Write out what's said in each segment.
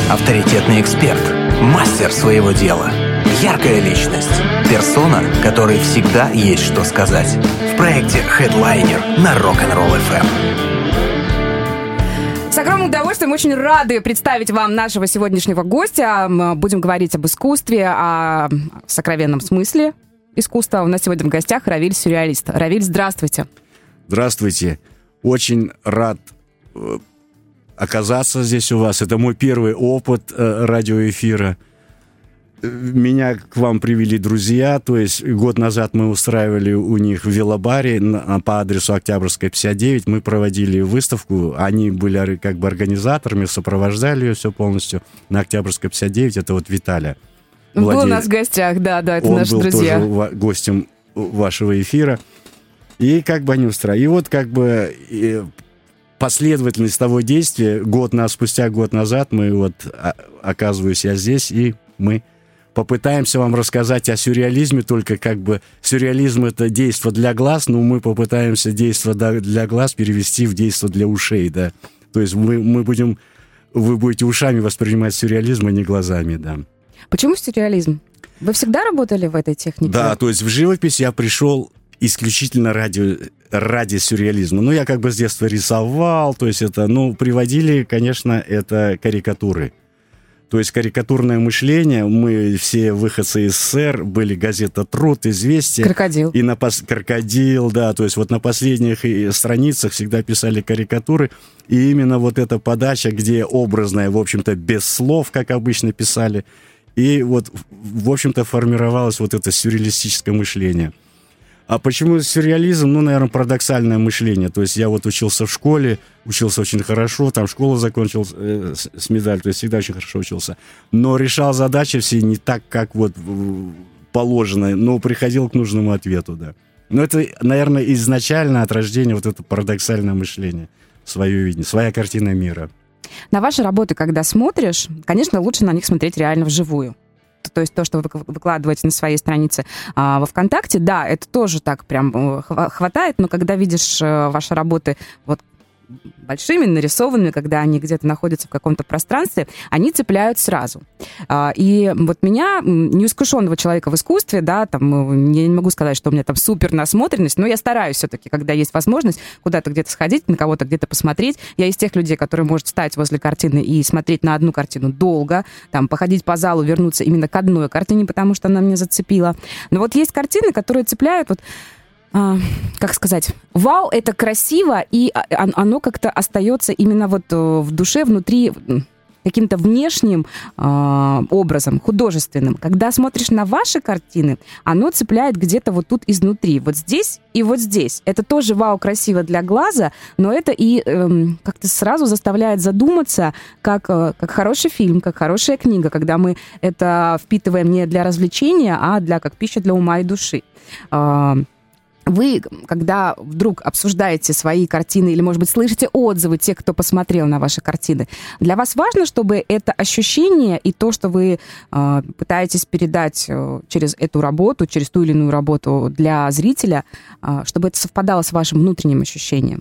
Авторитетный эксперт, мастер своего дела, яркая личность, персона, которой всегда есть что сказать. В проекте Headliner на Rock'n'Roll FM. С огромным удовольствием очень рады представить вам нашего сегодняшнего гостя. Мы будем говорить об искусстве, о сокровенном смысле искусства. У нас сегодня в гостях Равиль Сюрреалист. Равиль, здравствуйте. Здравствуйте. Очень рад оказаться здесь у вас. Это мой первый опыт радиоэфира. Меня к вам привели друзья, то есть год назад мы устраивали у них в велобаре по адресу Октябрьская, 59. Мы проводили выставку, они были как бы организаторами, сопровождали ее все полностью на Октябрьской, 59. Это вот Виталя. Был у нас в гостях, да, это он наши был друзья. Тоже гостем вашего эфира. И как бы они устраивали. И вот как бы последовательность того действия, спустя год назад мы вот оказываюсь я здесь, и мы попытаемся вам рассказать о сюрреализме, только как бы сюрреализм — это действо для глаз, но мы попытаемся действо для глаз перевести в действо для ушей, да. То есть вы будете ушами воспринимать сюрреализм, а не глазами, да. Почему сюрреализм? Вы всегда работали в этой технике? Да, то есть в живопись я пришел исключительно ради сюрреализма. Ну, я как бы с детства рисовал, то есть это, приводили, конечно, это карикатуры. То есть карикатурное мышление, мы все выходцы из СССР, были газета «Труд», «Известия». «Крокодил». «Крокодил», да, то есть вот на последних страницах всегда писали карикатуры, и именно вот эта подача, где образная, в общем-то, без слов, как обычно писали, и вот, в общем-то, формировалось вот это сюрреалистическое мышление. А почему сюрреализм? Наверное, парадоксальное мышление. То есть я вот учился в школе, учился очень хорошо, там школу закончил с медалью, то есть всегда очень хорошо учился. Но решал задачи все не так, как вот положено, но приходил к нужному ответу, да. Но это, наверное, изначально от рождения вот это парадоксальное мышление, свое видение, своя картина мира. На ваши работы, когда смотришь, конечно, лучше на них смотреть реально вживую. То есть то, что вы выкладываете на своей странице во ВКонтакте, да, это тоже так прям хватает, но когда видишь ваши работы вот большими, нарисованными, когда они где-то находятся в каком-то пространстве, они цепляют сразу. И вот меня, неискушенного человека в искусстве, да, там, я не могу сказать, что у меня там супер насмотренность, но я стараюсь все-таки, когда есть возможность куда-то где-то сходить, на кого-то где-то посмотреть. Я из тех людей, которые может встать возле картины и смотреть на одну картину долго, там, походить по залу, вернуться именно к одной картине, потому что она меня зацепила. Но вот есть картины, которые цепляют вот как сказать, вау, это красиво, и оно как-то остается именно вот в душе, внутри, каким-то внешним образом, художественным. Когда смотришь на ваши картины, оно цепляет где-то вот тут изнутри, вот здесь и вот здесь. Это тоже вау, красиво для глаза, но это и как-то сразу заставляет задуматься, как хороший фильм, как хорошая книга, когда мы это впитываем не для развлечения, а как пища для ума и души. Вы, когда вдруг обсуждаете свои картины или, может быть, слышите отзывы тех, кто посмотрел на ваши картины, для вас важно, чтобы это ощущение и то, что вы пытаетесь передать через эту работу, через ту или иную работу для зрителя, чтобы это совпадало с вашим внутренним ощущением?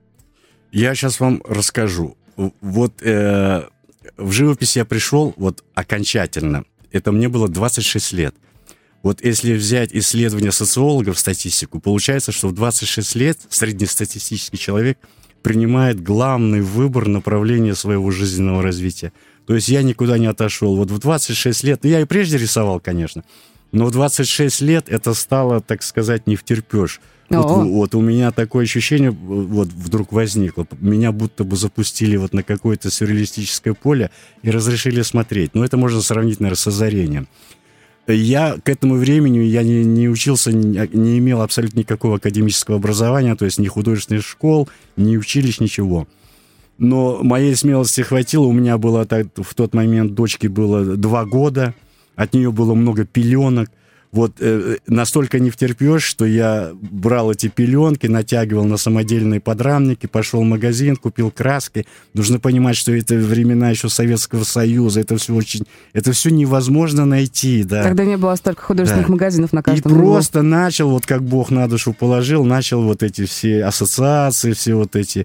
Я сейчас вам расскажу. Вот в живопись я пришел вот окончательно. Это мне было 26 лет. Вот если взять исследования социологов, статистику, получается, что в 26 лет среднестатистический человек принимает главный выбор направления своего жизненного развития. То есть я никуда не отошел. Вот в 26 лет, я и прежде рисовал, конечно, но в 26 лет это стало, так сказать, невтерпеж. Вот у меня такое ощущение вот вдруг возникло. Меня будто бы запустили вот на какое-то сюрреалистическое поле и разрешили смотреть. Но это можно сравнить, наверное, с озарением. Я к этому времени не учился, не имел абсолютно никакого академического образования, то есть ни художественных школ, ни училищ, ничего. Но моей смелости хватило. У меня было в тот момент дочке было 2 года, от нее было много пеленок. Вот настолько не втерпешь, что я брал эти пеленки, натягивал на самодельные подрамники, пошел в магазин, купил краски. Нужно понимать, что это времена еще Советского Союза, это все невозможно найти. Да. Тогда не было столько художественных магазинов на каждом углу. И углу. просто начал, вот как Бог на душу положил, начал вот эти все ассоциации, все вот эти...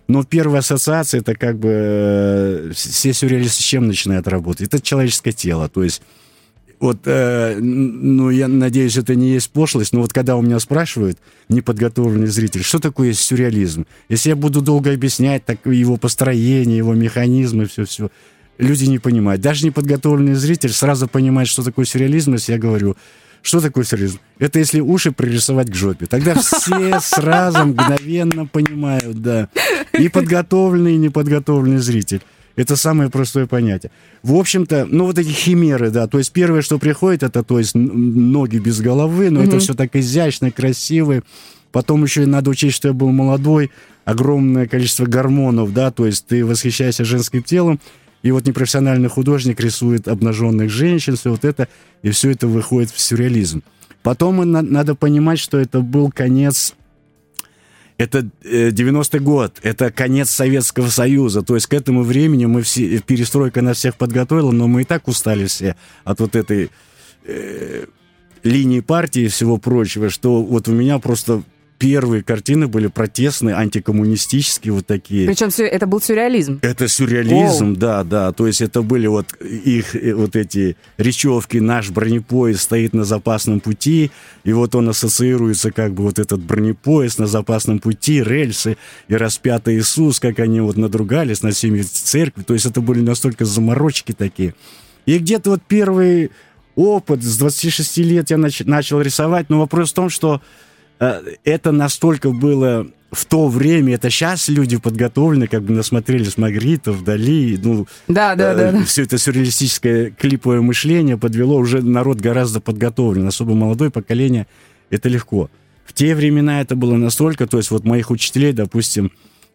Но первая ассоциация, это как бы все сюрреалисты с чем начинают работать? Это человеческое тело, то есть вот, ну, я надеюсь, это не есть пошлость, но вот когда у меня спрашивают, неподготовленный зритель, что такое сюрреализм? Если я буду долго объяснять так, его построение, его механизмы, все-все, люди не понимают. Даже неподготовленный зритель сразу понимает, что такое сюрреализм, если я говорю, что такое сюрреализм? Это если уши пририсовать к жопе. Тогда все сразу мгновенно понимают, да. И подготовленный, и неподготовленный зритель. Это самое простое понятие. В общем-то, ну, вот эти химеры, да, то есть первое, что приходит, это, то есть, ноги без головы, но это все так изящно, красиво. Потом еще и надо учесть, что я был молодой, огромное количество гормонов, да, то есть ты восхищаешься женским телом, и вот непрофессиональный художник рисует обнаженных женщин, все вот это, и все это выходит в сюрреализм. Потом надо понимать, что это был конец... Это 90-й год, это конец Советского Союза, то есть к этому времени мы все, перестройка нас всех подготовила, но мы и так устали все от вот этой линии партии и всего прочего, что вот у меня просто первые картины были протестные, антикоммунистические вот такие. Причем это был сюрреализм. Это сюрреализм, да, да. То есть это были вот их вот эти речевки «Наш бронепоезд стоит на запасном пути», и вот он ассоциируется как бы вот этот бронепоезд на запасном пути, рельсы и распятый Иисус, как они вот надругались над всеми церкви. То есть это были настолько заморочки такие. И где-то вот первый опыт, с 26 лет я начал рисовать, но вопрос в том, что это настолько было в то время, это сейчас люди подготовлены, как бы насмотрелись Магритов, Дали, ну, да. Все это сюрреалистическое клиповое мышление подвело уже народ гораздо подготовлен, особо молодое поколение, это легко. В те времена это было настолько, то есть вот моих учителей, допустим,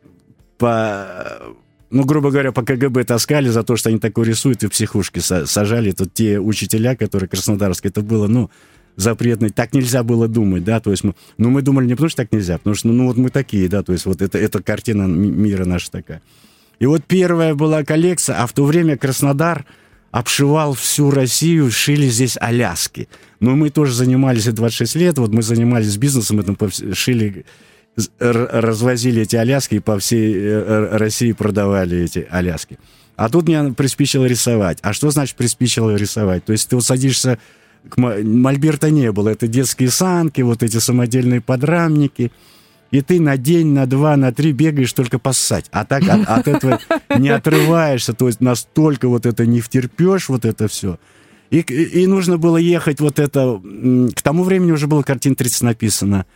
грубо говоря, по КГБ таскали за то, что они такое рисуют, и в психушки сажали. Это те учителя, которые краснодарские, это было, запретный, так нельзя было думать, да, то есть мы думали не потому, что так нельзя, потому что, вот мы такие, да, то есть вот это картина мира наша такая. И вот первая была коллекция, а в то время Краснодар обшивал всю Россию, шили здесь Аляски. Но мы тоже занимались 26 лет, вот мы занимались бизнесом, шили, развозили эти Аляски и по всей России продавали эти Аляски. А тут мне приспичило рисовать. А что значит приспичило рисовать? То есть ты вот садишься... Мольберта не было, это детские санки, вот эти самодельные подрамники, и ты на день, на два, на три бегаешь только поссать, а так от этого не отрываешься, то есть настолько вот это не втерпешь, вот это все. И нужно было ехать вот это... К тому времени уже было картин 30 написано.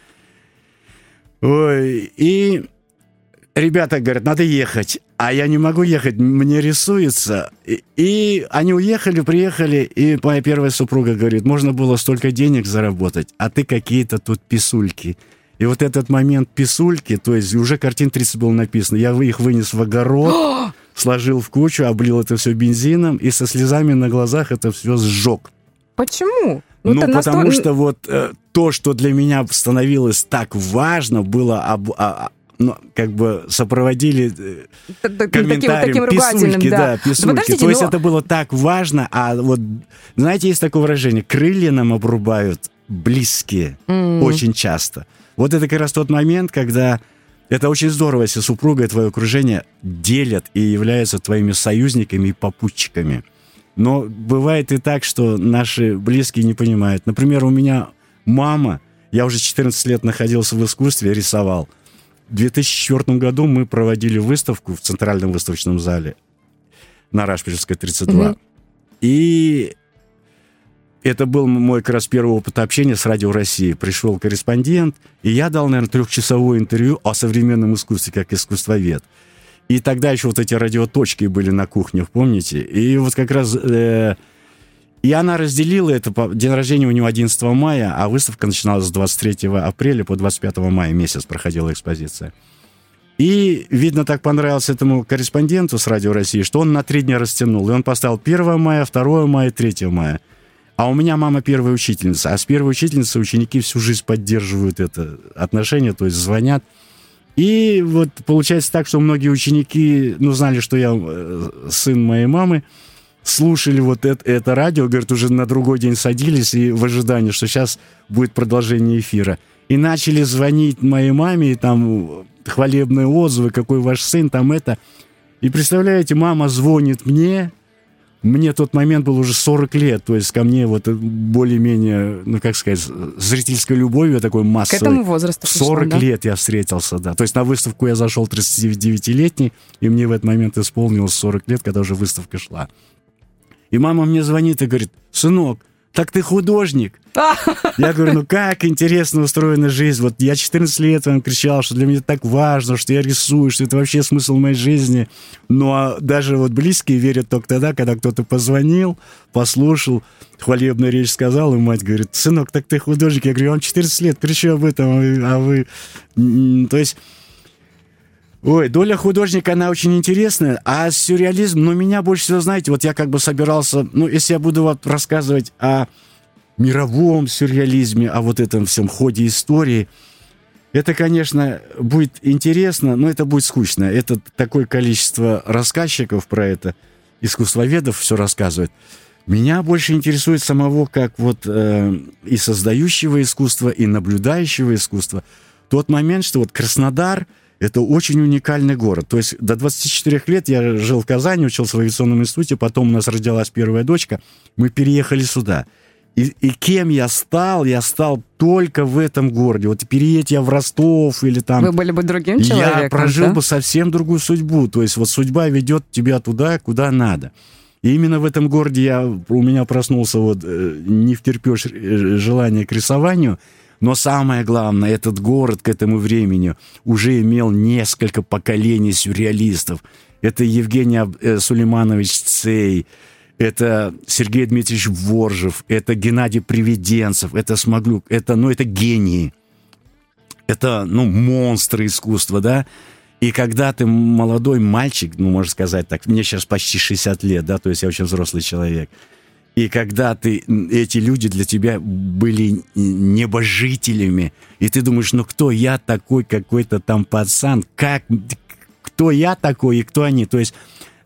Ой, и ребята говорят, надо ехать. А я не могу ехать, мне рисуется. И они уехали, приехали, и моя первая супруга говорит, можно было столько денег заработать, а ты какие-то тут писульки. И вот этот момент писульки, то есть уже картин 30 было написано, я их вынес в огород, сложил в кучу, облил это все бензином, и со слезами на глазах это все сжег. Почему? Потому что вот то, что для меня становилось так важно, было... как бы сопроводили комментарием писульки, да, писульки. То есть это было так важно, а вот, знаете, есть такое выражение, крылья нам обрубают близкие очень часто. Вот это как раз тот момент, когда это очень здорово, если супруга и твое окружение делят и являются твоими союзниками и попутчиками. Но бывает и так, что наши близкие не понимают. Например, у меня мама, я уже 14 лет находился в искусстве, рисовал. В 2004 году мы проводили выставку в Центральном выставочном зале на Рашпилевской, 32. И это был мой как раз первый опыт общения с Радио России. Пришел корреспондент, и я дал, наверное, 3-часовое интервью о современном искусстве как искусствовед. И тогда еще вот эти радиоточки были на кухнях, помните? И вот как раз... И она разделила это, день рождения у него 11 мая, а выставка начиналась с 23 апреля по 25 мая, месяц проходила экспозиция. И, видно, так понравилось этому корреспонденту с Радио России, что он на 3 дня растянул. И он поставил 1 мая, 2 мая, 3 мая. А у меня мама первая учительница. А с первой учительницей ученики всю жизнь поддерживают это отношение, то есть звонят. И вот получается так, что многие ученики, знали, что я сын моей мамы, слушали вот это радио, говорит, уже на другой день садились и в ожидании, что сейчас будет продолжение эфира. И начали звонить моей маме, и там хвалебные отзывы, какой ваш сын, там это. И представляете, мама звонит мне в тот момент был уже 40 лет, то есть ко мне вот более-менее, ну, как сказать, зрительской любовью такой массовой. К этому возрасту. В 40 лет я встретился, да. То есть на выставку я зашел 39-летний, и мне в этот момент исполнилось 40 лет, когда уже выставка шла. И мама мне звонит и говорит: сынок, так ты художник. Я говорю, ну как интересно устроена жизнь. Вот я 14 лет вам кричал, что для меня так важно, что я рисую, что это вообще смысл моей жизни. Ну а даже вот близкие верят только тогда, когда кто-то позвонил, послушал, хвалебную речь сказал, и мать говорит: сынок, так ты художник. Я говорю, я вам 14 лет кричу об этом, а вы... То есть... Ой, доля художника, она очень интересная, а сюрреализм, ну, меня больше всего, знаете, вот я как бы собирался, ну, если я буду вот рассказывать о мировом сюрреализме, о вот этом всем ходе истории, это, конечно, будет интересно, но это будет скучно. Это такое количество рассказчиков про это, искусствоведов все рассказывают. Меня больше интересует самого, как вот и создающего искусства, и наблюдающего искусства. Тот момент, что вот Краснодар — это очень уникальный город. То есть до 24 лет я жил в Казани, учился в авиационном институте, потом у нас родилась первая дочка, мы переехали сюда. И кем я стал только в этом городе. Вот переедь я в Ростов или там... Вы были бы другим человеком, я прожил бы совсем другую судьбу. То есть вот судьба ведет тебя туда, куда надо. И именно в этом городе у меня проснулся вот не втерпешь желание к рисованию. Но самое главное, этот город к этому времени уже имел несколько поколений сюрреалистов. Это Евгений Сулейманович Цей, это Сергей Дмитриевич Воржев, это Геннадий Привиденцев, это Смоглюк, это гении, это, монстры искусства, да. И когда ты молодой мальчик, можно сказать так, мне сейчас почти 60 лет, да, то есть я очень взрослый человек, и когда эти люди для тебя были небожителями, и ты думаешь, кто я такой, какой-то там пацан, кто я такой и кто они? То есть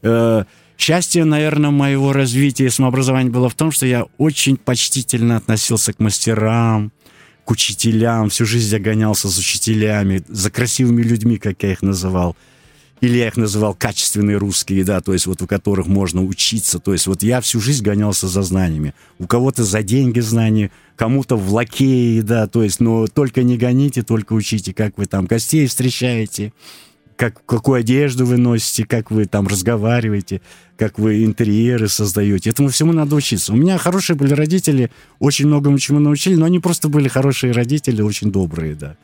счастье, наверное, моего развития и самообразования было в том, что я очень почтительно относился к мастерам, к учителям, всю жизнь я гонялся за учителями, за красивыми людьми, как я их называл. Или я их называл качественные русские, да, то есть вот у которых можно учиться. То есть вот я всю жизнь гонялся за знаниями. У кого-то за деньги знания, кому-то в лакеи, да, то есть, но только не гоните, только учите, как вы там гостей встречаете, какую одежду вы носите, как вы там разговариваете, как вы интерьеры создаете. Этому всему надо учиться. У меня хорошие были родители, очень многому чему научили, но они просто были хорошие родители, очень добрые, да.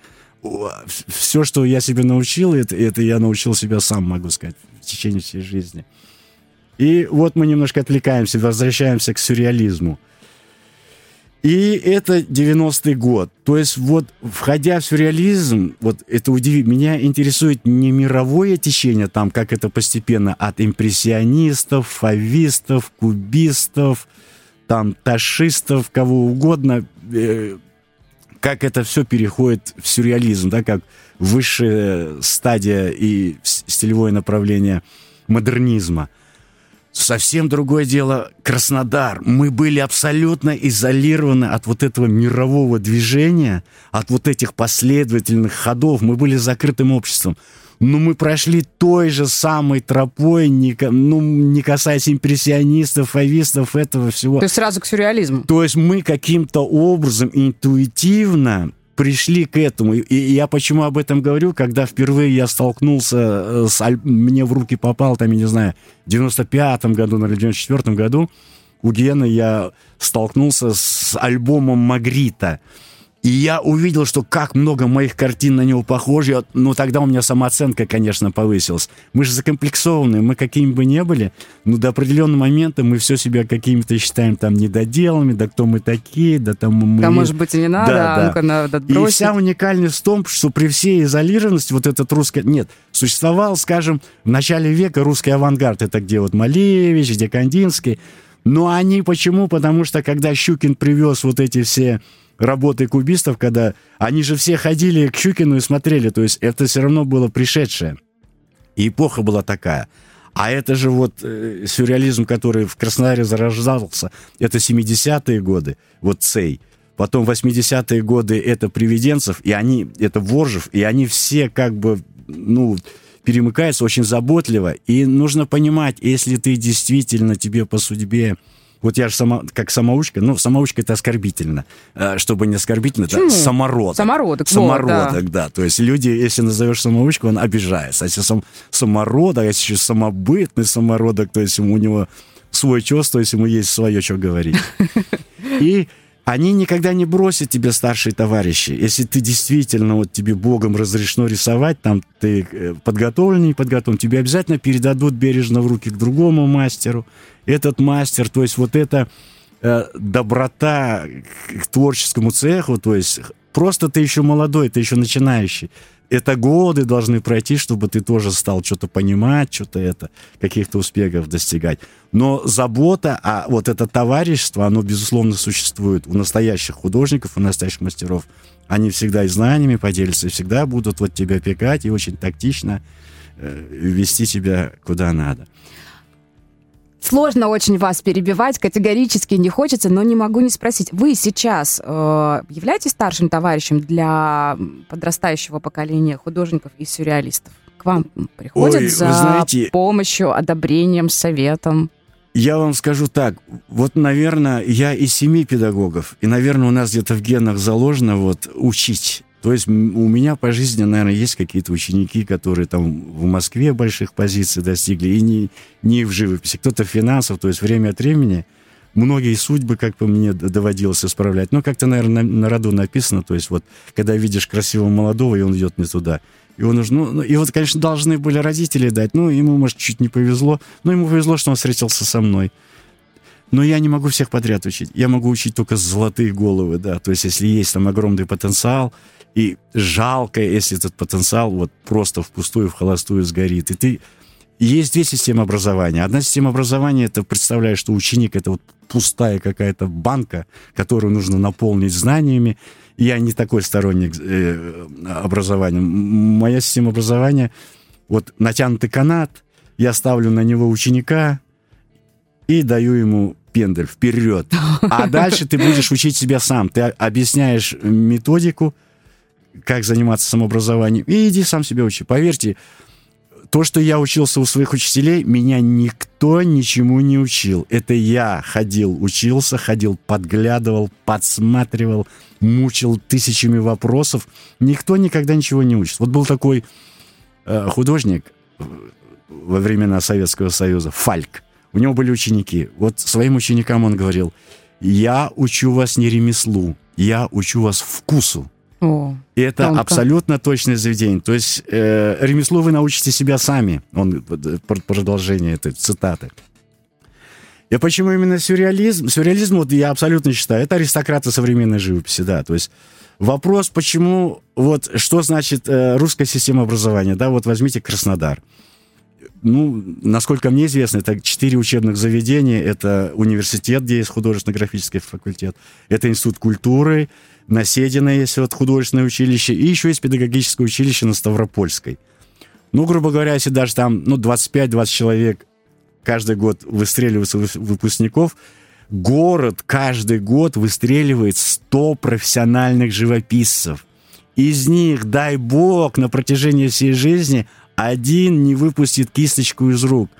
Все, что я себе научил, это я научил себя сам, могу сказать, в течение всей жизни. И вот мы немножко отвлекаемся, возвращаемся к сюрреализму. И это 90-й год. То есть вот, входя в сюрреализм, вот это удивительно. Меня интересует не мировое течение, там, как это постепенно от импрессионистов, фавистов, кубистов, там, ташистов, кого угодно, как это все переходит в сюрреализм, да, как высшая стадия и стилевое направление модернизма. Совсем другое дело Краснодар. Мы были абсолютно изолированы от вот этого мирового движения, от вот этих последовательных ходов. Мы были закрытым обществом. Но мы прошли той же самой тропой, не касаясь импрессионистов, фавистов, этого всего. То есть сразу к сюрреализму. То есть мы каким-то образом интуитивно пришли к этому. И я почему об этом говорю, когда впервые я столкнулся мне в руки попал, там, я не знаю, в 95-м году, наверное, в 94-м году у Гены я столкнулся с альбомом «Магрита». И я увидел, что как много моих картин на него похожи. Ну, тогда у меня самооценка, конечно, повысилась. Мы же закомплексованные, мы какими бы ни были, но до определенного момента мы все себя какими-то считаем там недоделами, да кто мы такие, да там мы... Да, может быть, и не надо, да. Ну-ка, надо отбросить. И вся уникальность в том, что при всей изолированности вот этот русский... Нет, существовал, скажем, в начале века русский авангард. Это где вот Малевич, где Кандинский. Но они почему? Потому что когда Щукин привез вот эти все... работы кубистов, когда они же все ходили к Щукину и смотрели, то есть это все равно было пришедшее. И эпоха была такая. А это же вот сюрреализм, который в Краснодаре зарождался, это 70-е годы, вот Цей. Потом 80-е годы это Привиденцев, и они, это Воржев, и они все как бы, перемыкаются очень заботливо. И нужно понимать, если ты действительно, тебе по судьбе... Вот я же как самоучка, самоучка это оскорбительно. Чтобы не оскорбительно, это самородок. Самородок, да. То есть люди, если назовешь самоучку, он обижается. А если самородок, а если еще самобытный самородок, то есть у него свой чёс, то есть ему есть свое, что говорить. И они никогда не бросят тебя, старшие товарищи. Если ты действительно, вот тебе Богом разрешено рисовать, там ты подготовлен, не подготовлен, тебе обязательно передадут бережно в руки к другому мастеру. Этот мастер, то есть вот эта доброта к творческому цеху, то есть просто ты еще молодой, ты еще начинающий. Это годы должны пройти, чтобы ты тоже стал что-то понимать, каких-то успехов достигать. Но забота, вот это товарищество, оно, безусловно, существует у настоящих художников, у настоящих мастеров. Они всегда и знаниями поделятся, и всегда будут вот тебя опекать и очень тактично вести тебя куда надо. Сложно очень вас перебивать, категорически не хочется, но не могу не спросить. Вы сейчас являетесь старшим товарищем для подрастающего поколения художников и сюрреалистов? К вам приходят за помощью, одобрением, советом? Я вам скажу так. Вот, наверное, я из 7 педагогов, и, наверное, у нас где-то в генах заложено вот учить. То есть у меня по жизни, наверное, есть какие-то ученики, которые там в Москве больших позиций достигли, и не в живописи, кто-то в финансах, то есть время от времени многие судьбы, как бы мне доводилось исправлять. Как-то, наверное, на роду написано, то есть вот, когда видишь красивого молодого, и он идет не туда. И он уже, и вот, конечно, должны были родители дать, ему, может, чуть не повезло, но ему повезло, что он встретился со мной. Но я не могу всех подряд учить. Я могу учить только золотые головы, да. То есть, если есть там огромный потенциал, и жалко, если этот потенциал вот просто впустую, в холостую сгорит. Есть 2 системы образования. Одна система образования, это представляешь, что ученик — это вот пустая какая-то банка, которую нужно наполнить знаниями. Я не такой сторонник образования. Моя система образования, вот натянутый канат, я ставлю на него ученика и даю ему пендель вперед. А дальше ты будешь учить себя сам. Ты объясняешь методику, как заниматься самообразованием, и иди сам себя учи. Поверьте, то, что я учился у своих учителей, меня никто ничему не учил. Это я учился, подглядывал, подсматривал, мучил тысячами вопросов. Никто никогда ничего не учит. Вот был такой художник во времена Советского Союза, Фальк. У него были ученики. Вот своим ученикам он говорил: я учу вас не ремеслу, я учу вас вкусу. И это тонко. Абсолютно точное заведение. То есть ремеслу вы научите себя сами. Продолжение этой цитаты. И почему именно сюрреализм? Сюрреализм, вот я абсолютно считаю, это аристократы современной живописи, да. То есть вопрос, почему, что значит русская система образования, да, вот возьмите Краснодар. Насколько мне известно, это 4 учебных заведения. Это университет, где есть художественно-графический факультет. Это институт культуры, на Седино есть художественное училище. И еще есть педагогическое училище на Ставропольской. Грубо говоря, если даже там 25-20 человек каждый год выстреливаются выпускников, город каждый год выстреливает 100 профессиональных живописцев. Из них, дай бог, на протяжении всей жизни один не выпустит кисточку из рук.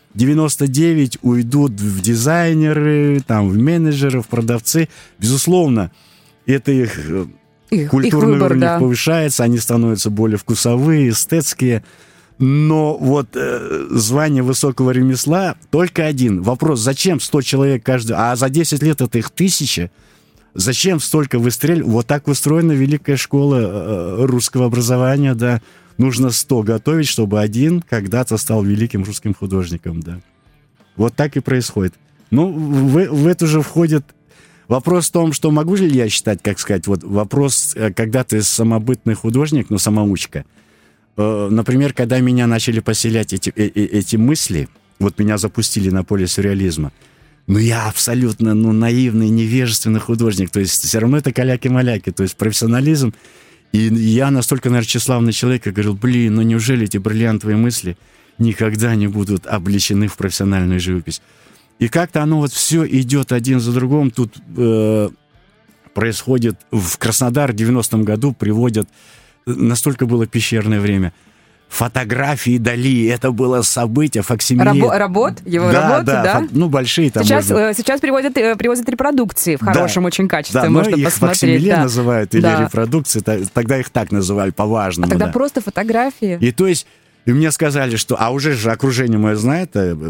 99 уйдут в дизайнеры, в менеджеры, в продавцы. Безусловно, это их культурный выбор, уровень да. повышается, они становятся более вкусовые, эстетские. Но звание высокого ремесла только один. Вопрос, зачем 100 человек каждый, а за 10 лет это их 1000? Зачем столько выстреливать? Вот так устроена великая школа русского образования, да. Нужно 100 готовить, чтобы один когда-то стал великим русским художником, да. Вот так и происходит. В это же входит вопрос в том, что могу ли я считать, вопрос, когда ты самобытный художник, самоучка. Например, когда меня начали поселять эти мысли, меня запустили на поле сюрреализма, я абсолютно, наивный, невежественный художник, то есть все равно это каляки-маляки, то есть профессионализм. И я настолько, наверное, тщеславный человек, я говорил: неужели эти бриллиантовые мысли никогда не будут облечены в профессиональную живопись. И как-то оно вот все идет один за другим. Тут происходит... В Краснодар в 90-м году приводят... Настолько было пещерное время. Фотографии Дали. Это было событие, факсимиле. Работ? Его работы, да? Ну, большие там. Сейчас привозят репродукции в хорошем очень качестве. Да, можно их посмотреть. Факсимиле называют или репродукции. Тогда их так называли по-важному. А тогда просто фотографии. И то есть... И мне сказали, что... А уже же окружение мое знает,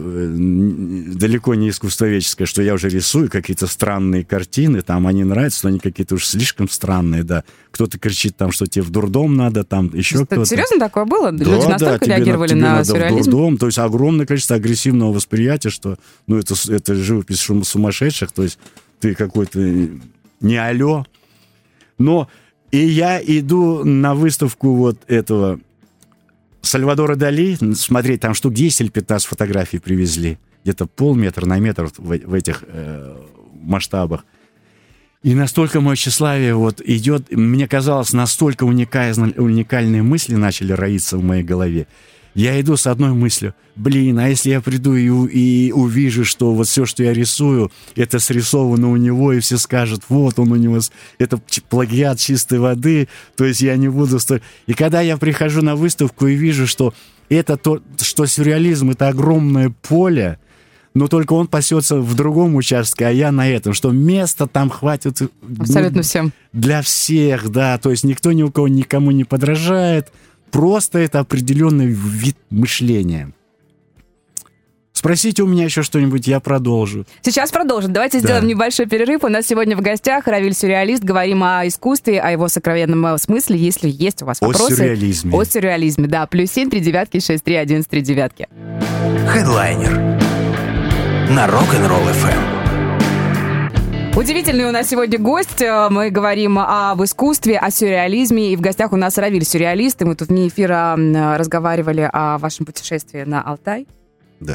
далеко не искусствоведческое, что я уже рисую какие-то странные картины, там они нравятся, но они какие-то уж слишком странные, да. Кто-то кричит там, что тебе в дурдом надо, там еще кто-то. Серьезно такое было? Да, люди настолько реагировали тебе на надо сюрреализм? В дурдом, то есть огромное количество агрессивного восприятия, что, ну, это живопись сумасшедших, то есть ты какой-то не алё. Но и я иду на выставку вот этого... Сальвадора Дали, смотреть, там штук 10 или 15 фотографий привезли. Где-то полметра на метр в этих масштабах. И настолько мое тщеславие вот идет... Мне казалось, настолько уникальные мысли начали роиться в моей голове. Я иду с одной мыслью. Блин, а если я приду и увижу, что вот все, что я рисую, это срисовано у него, и все скажут, вот он у него, это плагиат чистой воды, то есть я не буду... И когда я прихожу на выставку и вижу, что это то, что сюрреализм, это огромное поле, но только он пасется в другом участке, а я на этом, что места там хватит... Абсолютно всем. Для всех, да, то есть никто ни у кого никому не подражает, просто это определенный вид мышления. Спросите у меня еще что-нибудь, я продолжу. Сейчас продолжим. Давайте сделаем небольшой перерыв. У нас сегодня в гостях Равиль Сюрреалист. Говорим о искусстве, о его сокровенном смысле. Если есть у вас вопросы... О сюрреализме. О сюрреализме, да. +7 3 63 11 3 9. Хедлайнер на Rock'n'Roll FM. Удивительный у нас сегодня гость. Мы говорим об искусстве, о сюрреализме. И в гостях у нас Равиль Сюрреалист. И мы тут вне эфира разговаривали о вашем путешествии на Алтай. Да.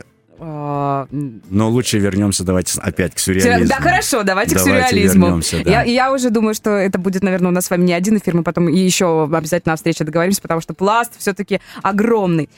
Но лучше вернемся, давайте опять к сюрреализму. Да, хорошо, давайте к сюрреализму. Вернемся, да. Я уже думаю, что это будет, наверное, у нас с вами не один эфир, мы потом еще обязательно о встрече договоримся, потому что пласт все-таки огромный.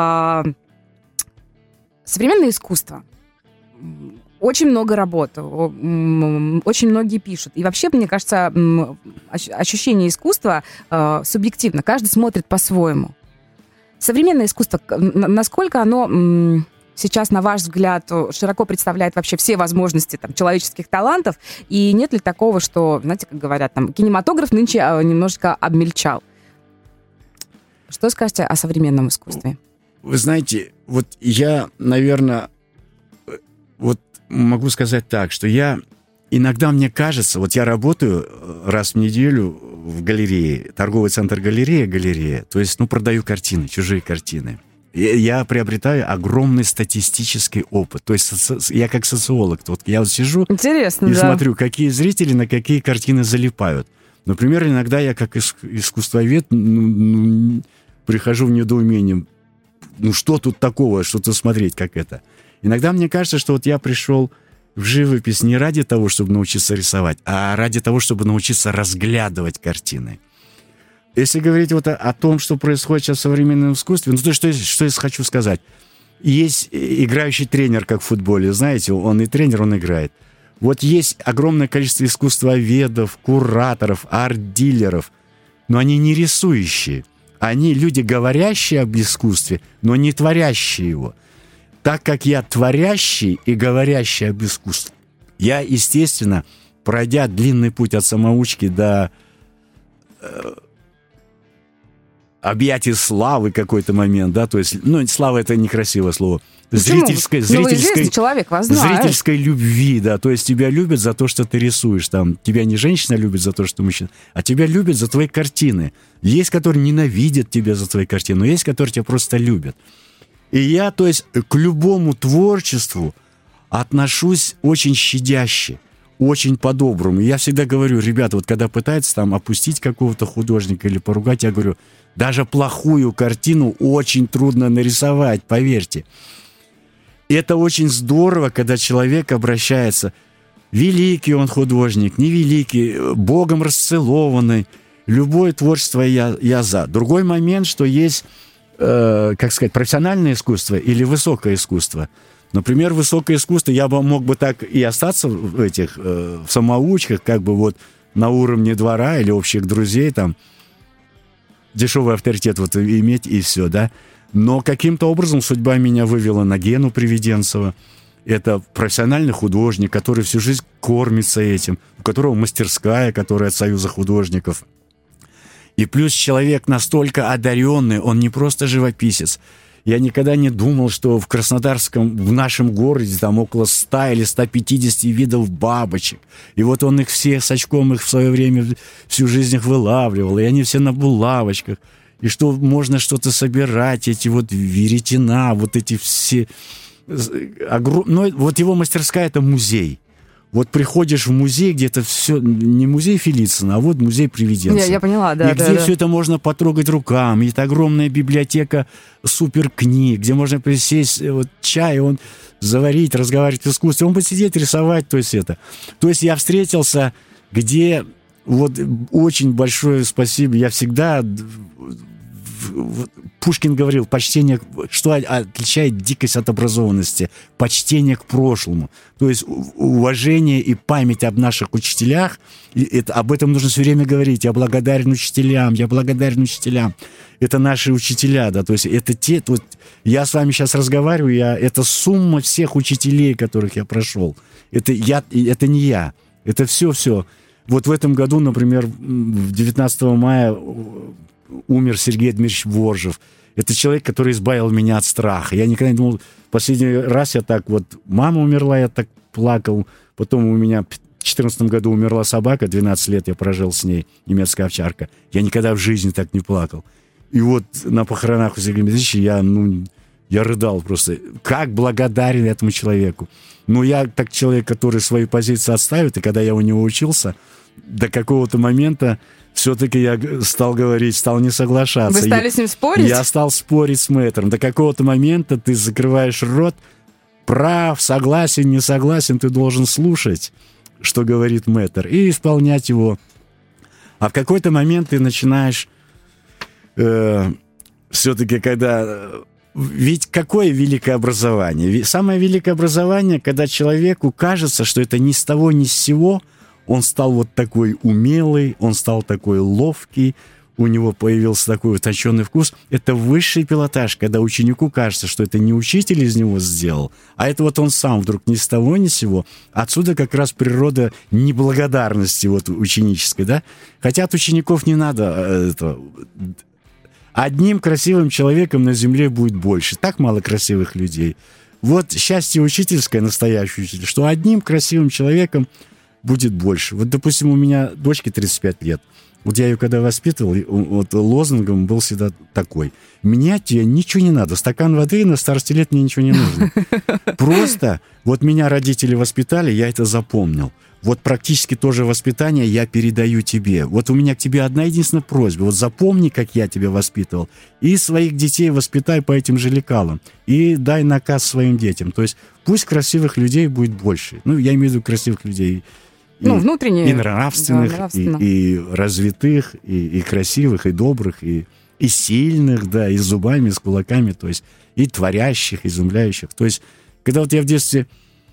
Современное искусство. Очень много работ, очень многие пишут. И вообще, мне кажется, ощущение искусства субъективно. Каждый смотрит по-своему. Современное искусство, насколько оно... сейчас, на ваш взгляд, широко представляет вообще все возможности там, человеческих талантов? И нет ли такого, что, знаете, как говорят, там, кинематограф нынче немножечко обмельчал? Что скажете о современном искусстве? Вы знаете, вот я, наверное, вот могу сказать так, что иногда мне кажется, вот я работаю раз в неделю в галерее, торговый центр галерея, то есть, продаю картины, чужие картины. Я приобретаю огромный статистический опыт. То есть я как социолог. Я сижу и смотрю, какие зрители на какие картины залипают. Например, иногда я как искусствовед прихожу в недоумение. Что тут такого, что-то смотреть, как это? Иногда мне кажется, что вот я пришел в живопись не ради того, чтобы научиться рисовать, а ради того, чтобы научиться разглядывать картины. Если говорить вот о том, что происходит сейчас в современном искусстве, то что я хочу сказать. Есть играющий тренер, как в футболе, знаете, он и тренер, он играет. Вот есть огромное количество искусствоведов, кураторов, арт-дилеров, но они не рисующие. Они люди, говорящие об искусстве, но не творящие его. Так как я творящий и говорящий об искусстве, я, естественно, пройдя длинный путь от самоучки до... объятие славы какой-то момент, да, то есть, слава — это некрасивое слово. Зрительской человек, вас знает. Зрительской любви, да, то есть тебя любят за то, что ты рисуешь, там, тебя не женщина любит за то, что мужчина, а тебя любят за твои картины. Есть, которые ненавидят тебя за твои картины, но есть, которые тебя просто любят. И я, то есть, к любому творчеству отношусь очень щадяще, очень по-доброму. Я всегда говорю, ребята, вот когда пытаются там опустить какого-то художника или поругать, я говорю, даже плохую картину очень трудно нарисовать, поверьте. Это очень здорово, когда человек обращается, великий он художник, невеликий, Богом расцелованный. Любое творчество я за. Другой момент, что есть как сказать, профессиональное искусство или высокое искусство. Например, высокое искусство, я бы мог бы так и остаться в этих в самоучках, как бы вот на уровне двора или общих друзей, там, дешевый авторитет вот иметь и все, да. Но каким-то образом судьба меня вывела на Гену Привиденцева. Это профессиональный художник, который всю жизнь кормится этим, у которого мастерская, которая от Союза художников. И плюс человек настолько одаренный, он не просто живописец. Я никогда не думал, что в Краснодарском, в нашем городе, там около 100 или 150 видов бабочек. И вот он их все с очком их в свое время всю жизнь их вылавливал. И они все на булавочках. И что можно что-то собирать, эти вот веретена, вот эти все... Ну, вот его мастерская — это музей. Вот приходишь в музей, где это все, не музей Фелицина, а вот музей Привиденцева. Я поняла, да. И где все это можно потрогать руками. И это огромная библиотека суперкниг, где можно присесть, вот чай, он заварить, разговаривать в искусстве. Он будет сидеть, рисовать, то есть это. То есть я встретился, где вот очень большое спасибо. Я всегда... Пушкин говорил, почтение, что отличает дикость от образованности? Почтение к прошлому. То есть уважение и память об наших учителях, об этом нужно все время говорить. Я благодарен учителям, я благодарен учителям. Это наши учителя, да, то есть это те... Вот, я с вами сейчас разговариваю, это сумма всех учителей, которых я прошел. Это не я, это все-все. Вот в этом году, например, 19 мая... умер Сергей Дмитриевич Воржев. Это человек, который избавил меня от страха. Я никогда не думал... Последний раз я так вот... Мама умерла, я так плакал. Потом у меня в 2014 году умерла собака. 12 лет я прожил с ней. Немецкая овчарка. Я никогда в жизни так не плакал. И вот на похоронах у Сергея Дмитриевича я рыдал просто. Как благодарен этому человеку. Но я так человек, который свои позиции отставит. И когда я у него учился, до какого-то момента все-таки я стал говорить, стал не соглашаться. Вы стали с ним спорить? Я стал спорить с мэтром. До какого-то момента ты закрываешь рот, прав, согласен, не согласен, ты должен слушать, что говорит мэтр, и исполнять его. А в какой-то момент ты начинаешь все-таки, когда... Ведь какое великое образование? Самое великое образование, когда человеку кажется, что это ни с того, ни с сего. Он стал вот такой умелый, он стал такой ловкий, у него появился такой утонченный вкус. Это высший пилотаж, когда ученику кажется, что это не учитель из него сделал, а это вот он сам вдруг ни с того, ни с сего. Отсюда как раз природа неблагодарности вот ученической, да? Хотя от учеников не надо Одним красивым человеком на земле будет больше. Так мало красивых людей. Вот счастье учительское, настоящее учитель, что одним красивым человеком будет больше. Вот, допустим, у меня дочке 35 лет. Вот я ее когда воспитывал, вот лозунгом был всегда такой: менять тебе ничего не надо. Стакан воды, на старости лет мне ничего не нужно. Просто вот меня родители воспитали, я это запомнил. Вот практически то же воспитание я передаю тебе. Вот у меня к тебе одна единственная просьба. Вот запомни, как я тебя воспитывал. И своих детей воспитай по этим же лекалам. И дай наказ своим детям. То есть пусть красивых людей будет больше. Ну, я имею в виду красивых людей. Внутренне. И нравственных, да, и развитых, и красивых, и добрых, и сильных, да, и с зубами, и с кулаками, то есть и творящих, изумляющих. То есть, когда вот я в детстве...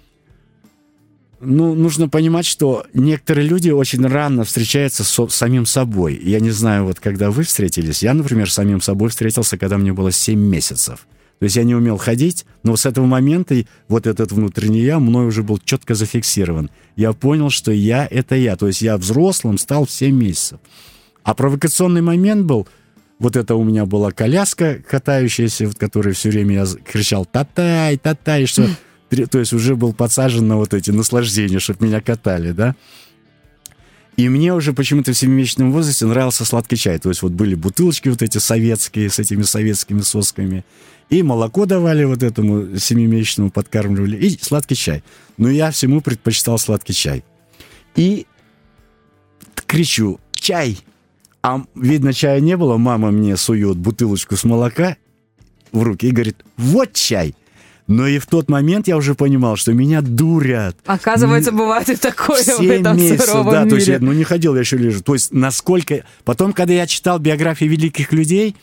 нужно понимать, что некоторые люди очень рано встречаются с самим собой. Я не знаю, вот когда вы встретились, я, например, с самим собой встретился, когда мне было 7 месяцев. То есть я не умел ходить, но с этого момента вот этот внутренний я мной уже был четко зафиксирован. Я понял, что я — это я. То есть я взрослым стал в 7 месяцев. А провокационный момент был, вот это у меня была коляска катающаяся, в которой все время я кричал «Татай, татай», что... То есть уже был подсажен на вот эти наслаждения, чтобы меня катали, да. И мне уже почему-то в 7-месячном возрасте нравился сладкий чай. То есть вот были бутылочки вот эти советские, с этими советскими сосками. И молоко давали вот этому 7-месячному, подкармливали. И сладкий чай. Но я всему предпочитал сладкий чай. И кричу «Чай!». А видно, чая не было. Мама мне сует бутылочку с молока в руки и говорит «Вот чай!». Но и в тот момент я уже понимал, что меня дурят. Оказывается, бывает и такое в этом суровом да, мире. То есть я не ходил, я еще лежу. То есть насколько... Потом, когда я читал биографии великих людей,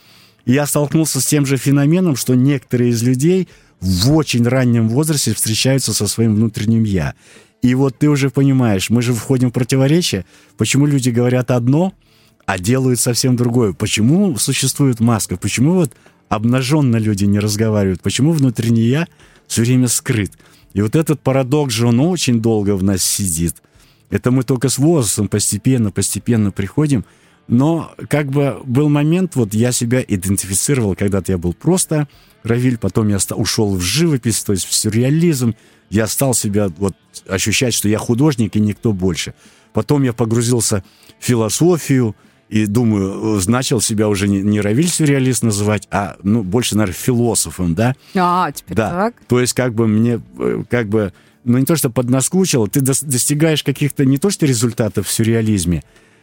И я столкнулся с тем же феноменом, что некоторые из людей в очень раннем возрасте встречаются со своим внутренним «я». И вот ты уже понимаешь, мы же входим в противоречие. Почему люди говорят одно, а делают совсем другое? Почему существует маска? Почему вот обнаженно люди не разговаривают? Почему внутренний «я» все время скрыт? И вот этот парадокс же, он очень долго в нас сидит. Это мы только с возрастом постепенно приходим. Но как бы был момент, вот я себя идентифицировал, когда-то я был просто Равиль, потом я ушел в живопись, то есть в сюрреализм. Я стал себя вот ощущать, что я художник и никто больше. Потом я погрузился в философию и думаю, начал себя уже не Равиль-сюрреалист называть, а больше, наверное, философом, да? Теперь да. Так. То есть как бы мне, не то что поднаскучило, ты достигаешь каких-то не то что результатов в сюрреализме,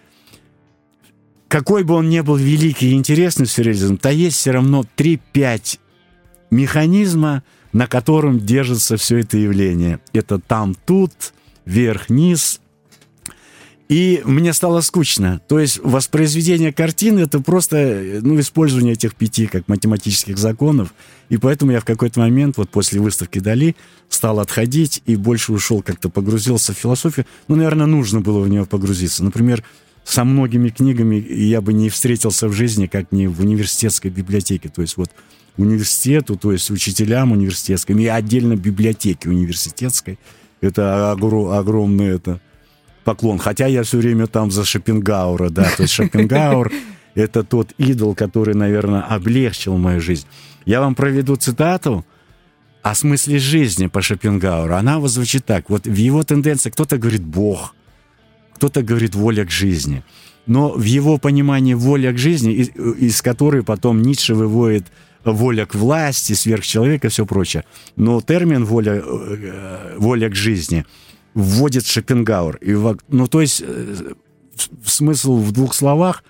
какой бы он ни был великий и интересный сюрреализм, то есть все равно 3-5 механизма, на котором держится все это явление. Это там-тут, вверх-низ. И мне стало скучно. То есть воспроизведение картины — это просто использование этих 5 как математических законов. И поэтому я в какой-то момент, вот после выставки Дали, стал отходить и больше ушел, как-то погрузился в философию. Наверное, нужно было в нее погрузиться. Например, со многими книгами я бы не встретился в жизни, как не в университетской библиотеке. То есть вот университету, то есть учителям университетским, и отдельно библиотеке университетской. Это огромный поклон. Хотя я все время там за Шопенгауэра, да. То есть Шопенгауэр — это тот идол, который, наверное, облегчил мою жизнь. Я вам проведу цитату о смысле жизни по Шопенгауэру. Она вот звучит так. Вот в его тенденции кто-то говорит «Бог», кто-то говорит «воля к жизни». Но в его понимании воля к жизни, из которой потом Ницше выводит воля к власти, сверхчеловек и все прочее. Но термин воля к жизни вводит Шопенгауэр. То есть смысл в 2 словах,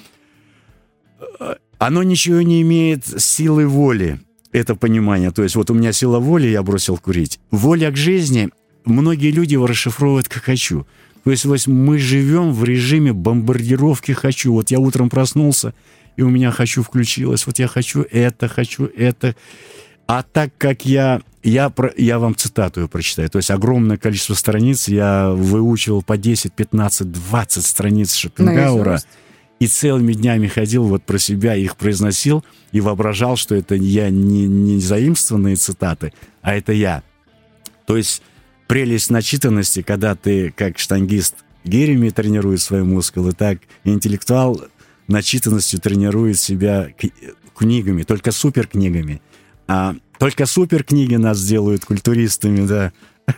оно ничего не имеет силы воли, это понимание. То есть вот у меня сила воли, я бросил курить. Воля к жизни, многие люди его расшифровывают как «хочу». То есть мы живем в режиме бомбардировки «хочу». Вот я утром проснулся, и у меня «хочу» включилось. Вот я хочу это. А так как я вам цитату прочитаю. То есть огромное количество страниц я выучивал по 10, 15, 20 страниц Шопенгауэра. И целыми днями ходил вот про себя, их произносил и воображал, что это я не заимствованные цитаты, а это я. То есть прелесть начитанности, когда ты, как штангист гирями тренирует свои мускулы, так и интеллектуал начитанностью тренирует себя книгами, только суперкнигами. Только суперкниги нас делают культуристами, да.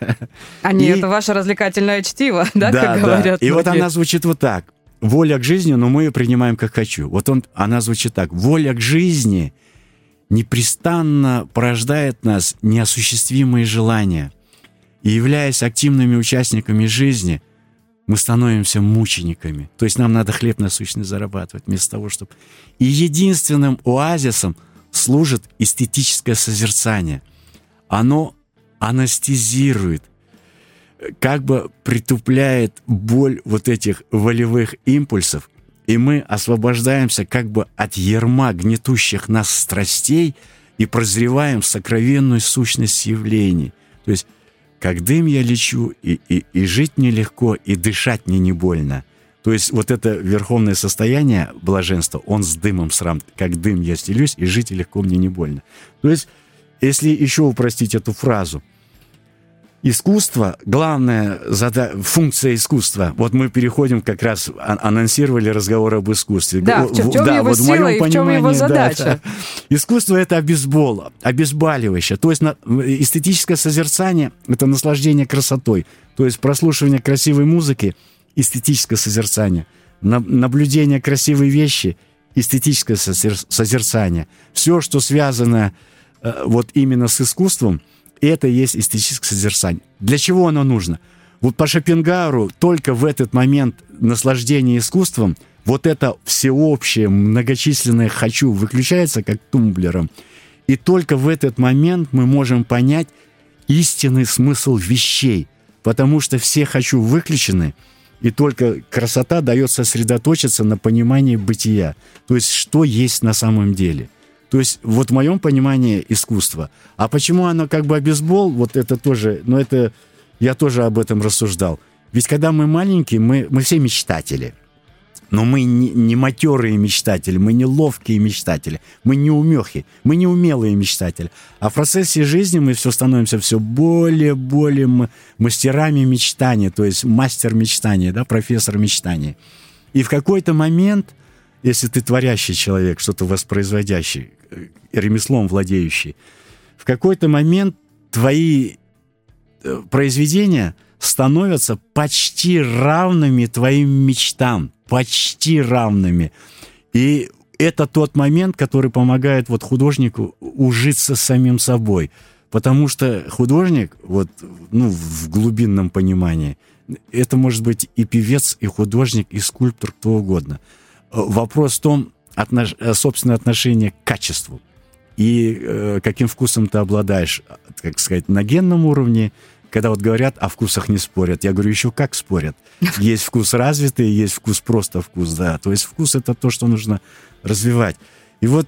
Это ваше развлекательное чтиво, да, как говорят. Да. И вот она звучит вот так. Воля к жизни, но мы ее принимаем как «хочу». Она звучит так. Воля к жизни непрестанно порождает нас неосуществимые желания. И являясь активными участниками жизни, мы становимся мучениками. То есть нам надо хлеб насущный зарабатывать вместо того, чтобы... И единственным оазисом служит эстетическое созерцание. Оно анестезирует, как бы притупляет боль вот этих волевых импульсов, и мы освобождаемся как бы от ярма гнетущих нас страстей и прозреваем сокровенную сущность явлений. То есть как дым я лечу, и жить мне легко, и дышать мне не больно. То есть вот это верховное состояние блаженства, он с дымом срам, как дым я стелюсь, и жить легко мне не больно. То есть, если еще упростить эту фразу, искусство, главная функция искусства, вот мы переходим как раз, анонсировали разговор об искусстве. Да, в чем его сила и в чем его задача? Да. Искусство — это обезболивающее, то есть эстетическое созерцание — это наслаждение красотой, то есть прослушивание красивой музыки — эстетическое созерцание, наблюдение красивой вещи — эстетическое созерцание. Все, что связано вот именно с искусством, это и есть эстетическое созерцание. Для чего оно нужно? Вот по Шопенгауэру только в этот момент наслаждения искусством вот это всеобщее многочисленное «хочу» выключается как тумблером. И только в этот момент мы можем понять истинный смысл вещей, потому что все «хочу» выключены, И только красота дает сосредоточиться на понимании бытия. То есть, что есть на самом деле. То есть, вот в моем понимании искусство. А почему оно как бы обезбол, вот это тоже, но это, я тоже об этом рассуждал. Ведь когда мы маленькие, мы все мечтатели. Но мы не матерые мечтатели, мы не ловкие мечтатели, мы не умехи, мы не умелые мечтатели. А в процессе жизни мы все становимся все более мастерами мечтания, то есть мастер мечтания, да, профессор мечтания. И в какой-то момент, если ты творящий человек, что-то воспроизводящий, ремеслом владеющий, в какой-то момент твои произведения становятся почти равными твоим мечтам, почти равными. И это тот момент, который помогает вот художнику ужиться с самим собой. Потому что художник, вот, ну, в глубинном понимании, это может быть и певец, и художник, и скульптор, кто угодно. Вопрос в том, собственное отношение к качеству. И каким вкусом ты обладаешь, как сказать, на генном уровне. Когда вот говорят, о вкусах не спорят, я говорю, еще как спорят. Есть вкус развитый, есть вкус просто вкус, да. То есть вкус — это то, что нужно развивать. И вот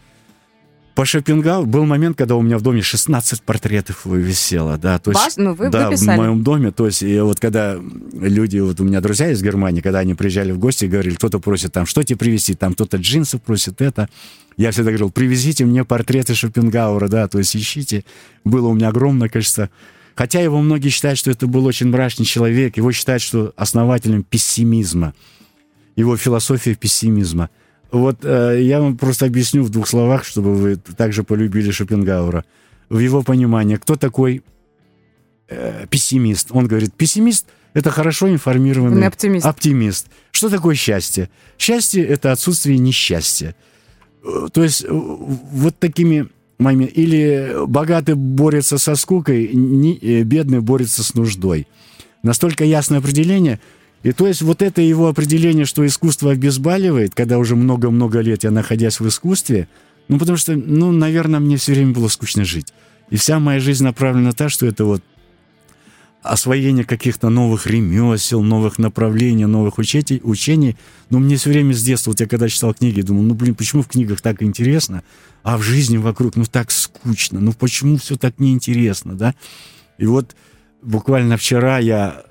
по Шопенгауэру был момент, когда у меня в доме 16 портретов висело, да. То есть, вы да, выписали? В моем доме. То есть и вот когда люди, вот у меня друзья из Германии, когда они приезжали в гости, говорили, кто-то просит там, что тебе привезти, там кто-то джинсы просит, это. Я всегда говорил, привезите мне портреты Шопенгауэра, да, то есть ищите. Было у меня огромное количество. Хотя его многие считают, что это был очень мрачный человек, его считают, что основателем пессимизма, его философия пессимизма. Вот я вам просто объясню в 2 словах, чтобы вы также полюбили Шопенгауэра. В его понимании, кто такой пессимист? Он говорит, пессимист — это хорошо информированный оптимист. Что такое счастье? Счастье — это отсутствие несчастья. То есть вот такими... Или богатый борется со скукой, бедный борется с нуждой. Настолько ясное определение. И то есть вот это его определение, что искусство обезболивает, когда уже много-много лет я находясь в искусстве, ну, потому что, ну, наверное, мне все время было скучно жить. И вся моя жизнь направлена на то, что это вот освоение каких-то новых ремесел, новых направлений, новых учений. Но мне все время с детства, вот я когда читал книги, думал, ну, блин, почему в книгах так интересно, а в жизни вокруг, ну, так скучно, ну, почему все так неинтересно, да? И вот буквально вчера я,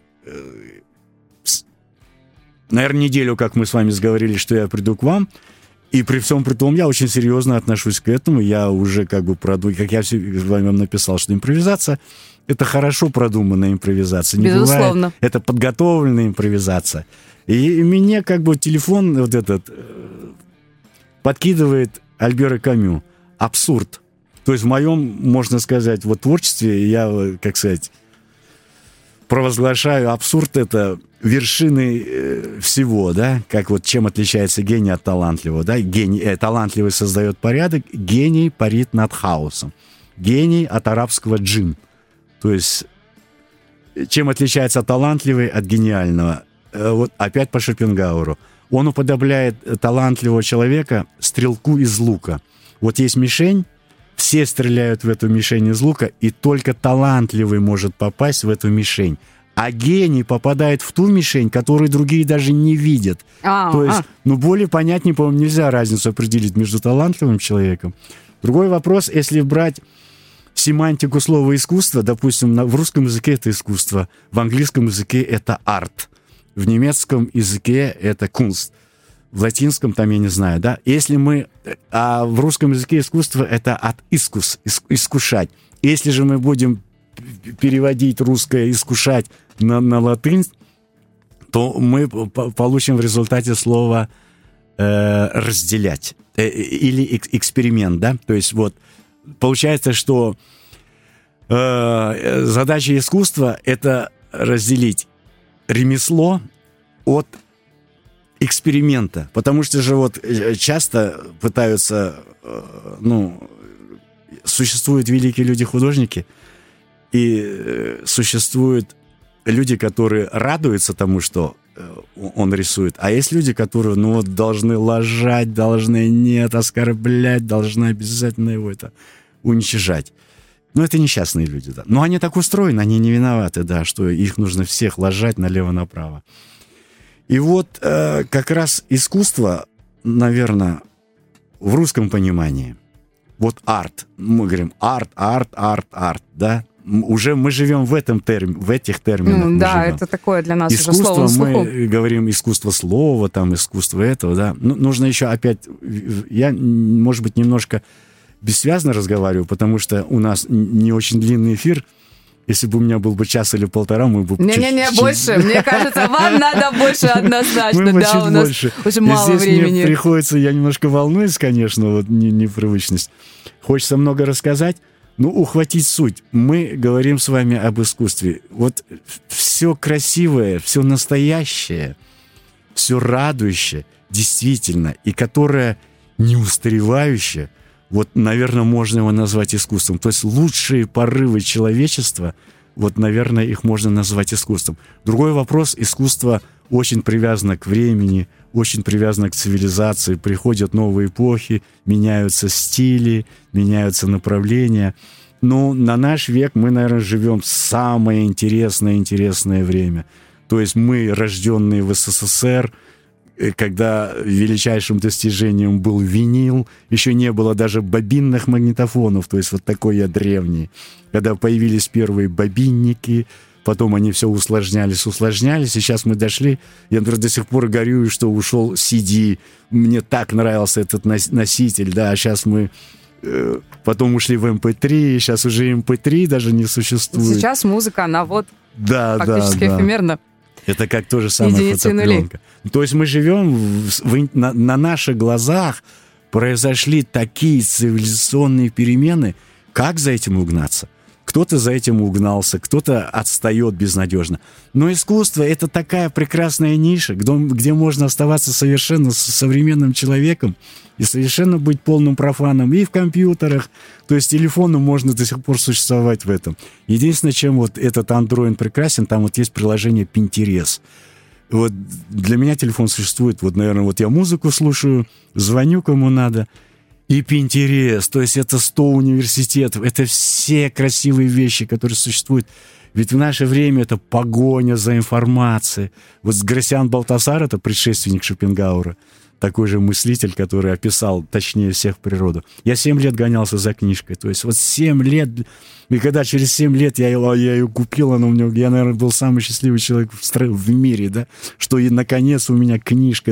наверное, неделю, как мы с вами сговорились, что я приду к вам, и при всем при том я очень серьезно отношусь к этому, я уже как бы как я вам написал, что импровизация — это хорошо продуманная импровизация. Не безусловно. Бывает, это подготовленная импровизация. И мне как бы телефон вот этот подкидывает Альбера Камю. Абсурд. То есть в моем, можно сказать, вот творчестве я, как сказать, провозглашаю абсурд — это вершины всего, да, как вот чем отличается гений от талантливого, да, талантливый создает порядок, гений парит над хаосом. Гений от арабского джин. То есть, чем отличается талантливый от гениального? Вот опять по Шопенгауэру. Он уподобляет талантливого человека стрелку из лука. Вот есть мишень, все стреляют в эту мишень из лука, и только талантливый может попасть в эту мишень. А гений попадает в ту мишень, которую другие даже не видят. То есть, ну, более понятнее, по-моему, нельзя разницу определить между талантливым человеком. Другой вопрос, если брать семантику слова «искусство», допустим, в русском языке это искусство, в английском языке это арт, в немецком языке это кунст, в латинском там я не знаю, да. Если а в русском языке искусство это от искушать. Если же мы будем переводить русское «искушать» на латынь, то мы получим в результате слова «разделять» или «эксперимент», да. То есть вот получается, что задача искусства — это разделить ремесло от эксперимента. Потому что же вот часто пытаются, существуют великие люди-художники, и существуют люди, которые радуются тому, что он рисует, а есть люди, которые, должны лажать, должны оскорблять, должны обязательно его это уничижать. Ну, это несчастные люди, да. Но они так устроены, они не виноваты, да, что их нужно всех ложать налево-направо. И вот как раз искусство, наверное, в русском понимании, вот арт, мы говорим арт, да, уже мы живем в этих терминах. Да, это такое для нас искусство, уже слово на слуху. мы говорим искусство слова, там, искусство этого, да. Ну, нужно еще опять, я, может быть, немножко бессвязно разговариваю, потому что у нас не очень длинный эфир. Если бы у меня был бы час или полтора, мы бы... Не-не-не, больше. Мне кажется, вам надо больше однозначно. Мы бы чуть у нас больше. Уже мало здесь времени. Мне приходится, я немножко волнуюсь, конечно, вот непривычность. Хочется много рассказать, но ухватить суть. Мы говорим с вами об искусстве. Вот все красивое, все настоящее, все радующее, действительно, и которое не устаревающее, вот, наверное, можно его назвать искусством. То есть лучшие порывы человечества, вот, наверное, их можно назвать искусством. Другой вопрос, искусство очень привязано к времени, очень привязано к цивилизации. Приходят новые эпохи, меняются стили, меняются направления. Но на наш век мы, наверное, живем в самое интересное время. То есть мы, рожденные в СССР, когда величайшим достижением был винил, еще не было даже бобинных магнитофонов, то есть вот такой я древний. Когда появились первые бобинники, потом они все усложнялись, сейчас мы дошли, я, например, до сих пор горюю, что ушел CD, мне так нравился этот носитель, да, а сейчас мы потом ушли в MP3, сейчас уже MP3 даже не существует. Сейчас музыка, она вот фактически да. эфемерна. Это как то же самое фотопленка. То есть мы живем, на наших глазах произошли такие цивилизационные перемены, как за этим угнаться? Кто-то за этим угнался, кто-то отстает безнадежно. Но искусство — это такая прекрасная ниша, где можно оставаться совершенно современным человеком и совершенно быть полным профаном и в компьютерах. То есть телефону можно до сих пор существовать в этом. Единственное, чем вот этот Android прекрасен, там вот есть приложение Pinterest. Вот для меня телефон существует, вот, наверное, вот я музыку слушаю, звоню кому надо, и Pinterest, то есть это 100 университетов, это все красивые вещи, которые существуют. Ведь в наше время это погоня за информацией. Вот Грасиан Балтасар, это предшественник Шопенгауэра, такой же мыслитель, который описал точнее всех природу. Я 7 лет гонялся за книжкой, то есть вот 7 лет, и когда через 7 лет я ее купил, она у меня, я, наверное, был самый счастливый человек в мире, да, что и наконец у меня книжка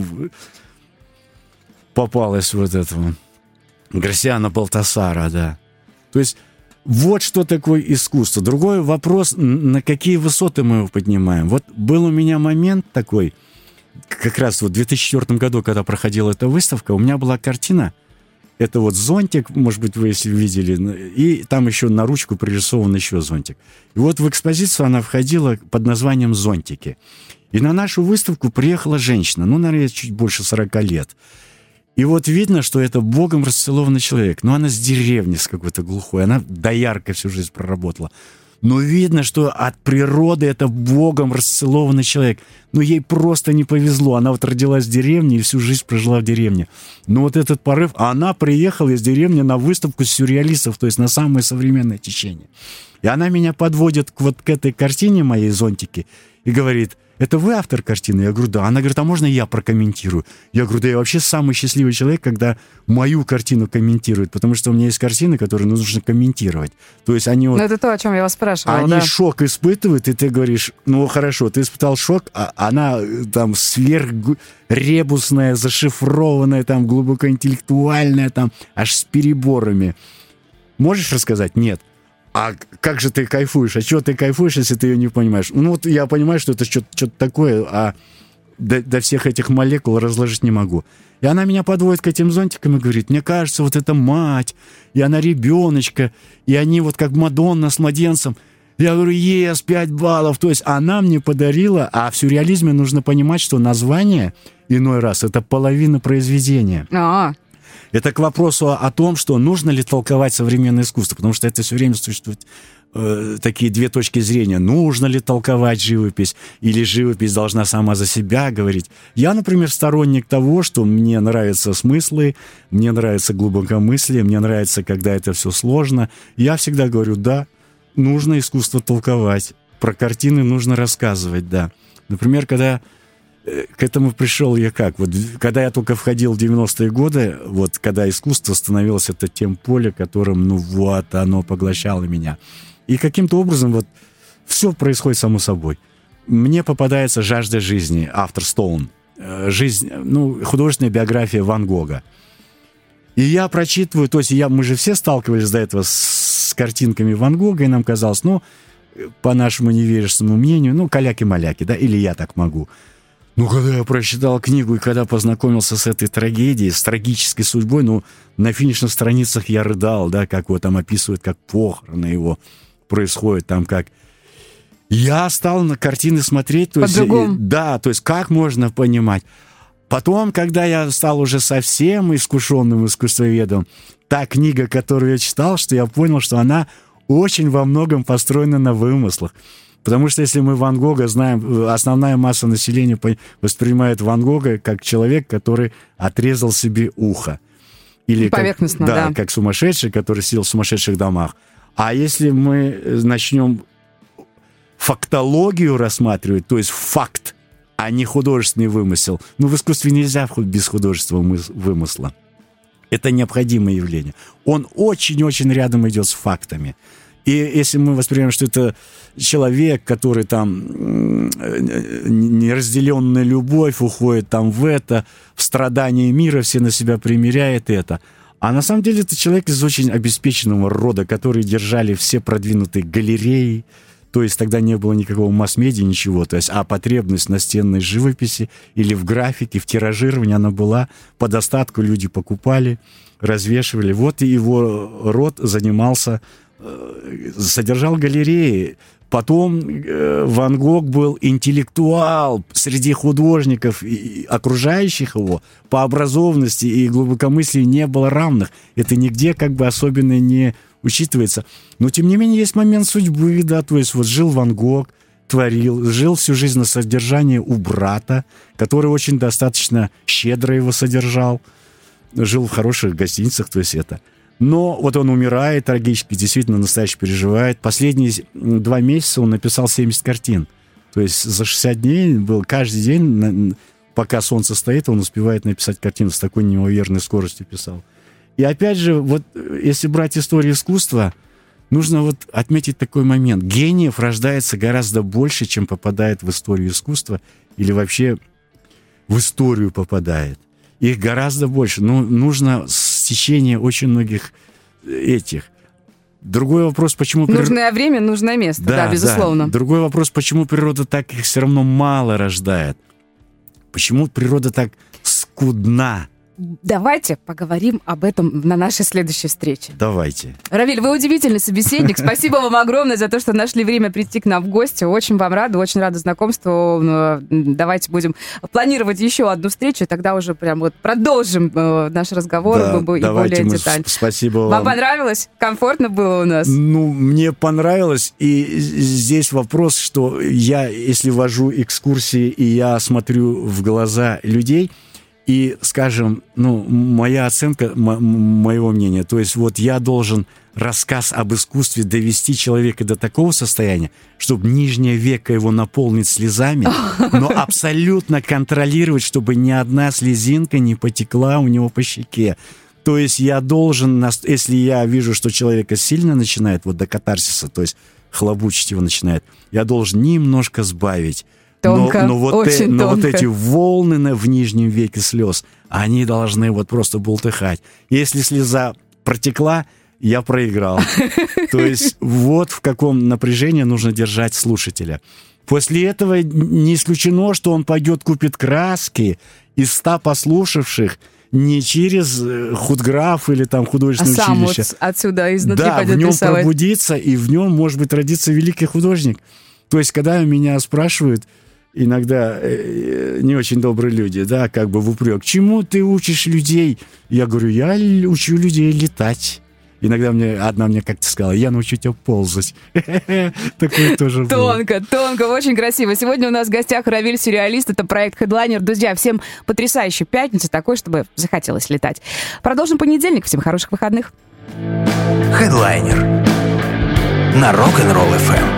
попалась вот этого Грасиана Балтасара, да. То есть вот что такое искусство. Другой вопрос, на какие высоты мы его поднимаем. Вот был у меня момент такой, как раз вот в 2004 году, когда проходила эта выставка, у меня была картина, это вот зонтик, может быть, вы если видели, и там еще на ручку пририсован еще зонтик. И вот в экспозицию она входила под названием «Зонтики». И на нашу выставку приехала женщина, наверное, чуть больше 40 лет. И вот видно, что это богом расцелованный человек. Но она с деревни, с какой-то глухой. Она дояркой всю жизнь проработала. Но видно, что от природы это богом расцелованный человек. Но ей просто не повезло. Она вот родилась в деревне и всю жизнь прожила в деревне. Но вот этот порыв... Она приехала из деревни на выставку сюрреалистов, то есть на самое современное течение. И она меня подводит к этой картине моей «Зонтики» и говорит... Это вы автор картины? Я говорю, да. Она говорит, а можно я прокомментирую? Я говорю, да я вообще самый счастливый человек, когда мою картину комментируют, потому что у меня есть картины, которые нужно комментировать. То есть они... Ну, это то, о чем я вас спрашивала, Они шок испытывают, и ты говоришь, ну, хорошо, ты испытал шок, а она там сверхребусная, зашифрованная, там глубокоинтеллектуальная, там аж с переборами. Можешь рассказать? Нет. А как же ты кайфуешь? А чего ты кайфуешь, если ты ее не понимаешь? Ну, вот я понимаю, что это что-то такое, а до всех этих молекул разложить не могу. И она меня подводит к этим зонтикам и говорит, мне кажется, вот эта мать, и она ребеночка, и они вот как Мадонна с младенцем. Я говорю, 5 баллов. То есть она мне подарила, а в сюрреализме нужно понимать, что название иной раз это половина произведения. Это к вопросу о том, что нужно ли толковать современное искусство, потому что это все время существует такие две точки зрения. Нужно ли толковать живопись, или живопись должна сама за себя говорить. Я, например, сторонник того, что мне нравятся смыслы, мне нравится глубокомыслие, мне нравится, когда это все сложно. Я всегда говорю, да, нужно искусство толковать, про картины нужно рассказывать, да. Например, когда к этому пришел я как? Вот когда я только входил в 90-е годы, вот когда искусство становилось это тем поле, которым, оно поглощало меня. И каким-то образом вот все происходит само собой. Мне попадается «Жажда жизни», автор Стоун. Художественная биография Ван Гога. И я прочитываю, то есть мы же все сталкивались до этого с картинками Ван Гога, и нам казалось, по нашему невежественному мнению, каляки-маляки, да, или я так могу. Когда я прочитал книгу и когда познакомился с этой трагедией, с трагической судьбой, на финишных страницах я рыдал, да, как его там описывают, как похороны его происходят, там как... Я стал на картины смотреть, то есть... Да, то есть как можно понимать. Потом, когда я стал уже совсем искушенным искусствоведом, та книга, которую я читал, что я понял, что она очень во многом построена на вымыслах. Потому что если мы Ван Гога знаем, основная масса населения воспринимает Ван Гога как человек, который отрезал себе ухо. Или поверхностно, да. Как сумасшедший, который сидел в сумасшедших домах. А если мы начнем фактологию рассматривать, то есть факт, а не художественный вымысел, в искусстве нельзя без художественного вымысла. Это необходимое явление. Он очень-очень рядом идет с фактами. И если мы воспринимаем, что это человек, который там неразделенная любовь уходит там в страдание мира, все на себя примеряет это. А на самом деле это человек из очень обеспеченного рода, которые держали все продвинутые галереи. То есть тогда не было никакого масс-медиа, ничего. То есть, потребность в настенной живописи или в графике, в тиражировании, она была по достатку, люди покупали, развешивали. Вот и его род содержал галереи. Потом Ван Гог был интеллектуал среди художников и окружающих его. По образованности и глубокомыслию не было равных. Это нигде особенно не учитывается. Но, тем не менее, есть момент судьбы, да, то есть жил Ван Гог, творил, жил всю жизнь на содержании у брата, который очень достаточно щедро его содержал, жил в хороших гостиницах, то есть это... Но вот он умирает трагически, действительно настоящий переживает. Последние 2 месяца он написал 70 картин. То есть за 60 дней был каждый день, пока солнце стоит, он успевает написать картину, с такой неимоверной скоростью писал. И опять же, если брать историю искусства, нужно отметить такой момент. Гениев рождается гораздо больше, чем попадает в историю искусства или вообще в историю попадает. Их гораздо больше. Нужно стечение очень многих этих. Другой вопрос, почему... Нужное время, нужное место, да, безусловно. Да. Другой вопрос, почему природа так их все равно мало рождает. Почему природа так скудна. Давайте поговорим об этом на нашей следующей встрече. Давайте. Равиль, вы удивительный собеседник. Спасибо вам огромное за то, что нашли время прийти к нам в гости. Очень вам рада, очень рада знакомству. Давайте будем планировать еще одну встречу, тогда уже прям продолжим наш разговор и более детально. Спасибо вам. Вам понравилось? Комфортно было у нас? Мне понравилось. И здесь вопрос, что я, если вожу экскурсии, и я смотрю в глаза людей... И, скажем, моя оценка, моего мнения, то есть я должен рассказ об искусстве довести человека до такого состояния, чтобы нижнее веко его наполнить слезами, но абсолютно контролировать, чтобы ни одна слезинка не потекла у него по щеке. То есть я должен, если я вижу, что человека сильно начинает до катарсиса, то есть хлобучить его начинает, я должен немножко сбавить. Тонко, очень тонко. Эти волны в нижнем веке слез, они должны просто бултыхать. Если слеза протекла, я проиграл. То есть в каком напряжении нужно держать слушателя. После этого не исключено, что он пойдет купит краски из 100 послушавших, не через худграф или художественное училище. Сам отсюда изнутри пойдет в нем рисовать. Пробудиться, и в нем, может быть, родится великий художник. То есть, когда меня спрашивают, иногда не очень добрые люди, да, в упрек. Чему ты учишь людей? Я говорю, я учу людей летать. Иногда одна мне как-то сказала: я научу тебя ползать. Такое тоже было. Тонко, очень красиво. Сегодня у нас в гостях Равиль-сюрреалист. Это проект Headliner. Друзья, всем потрясающей пятницы, такой, чтобы захотелось летать. Продолжим понедельник. Всем хороших выходных. Headliner на Rock'n'Roll FM.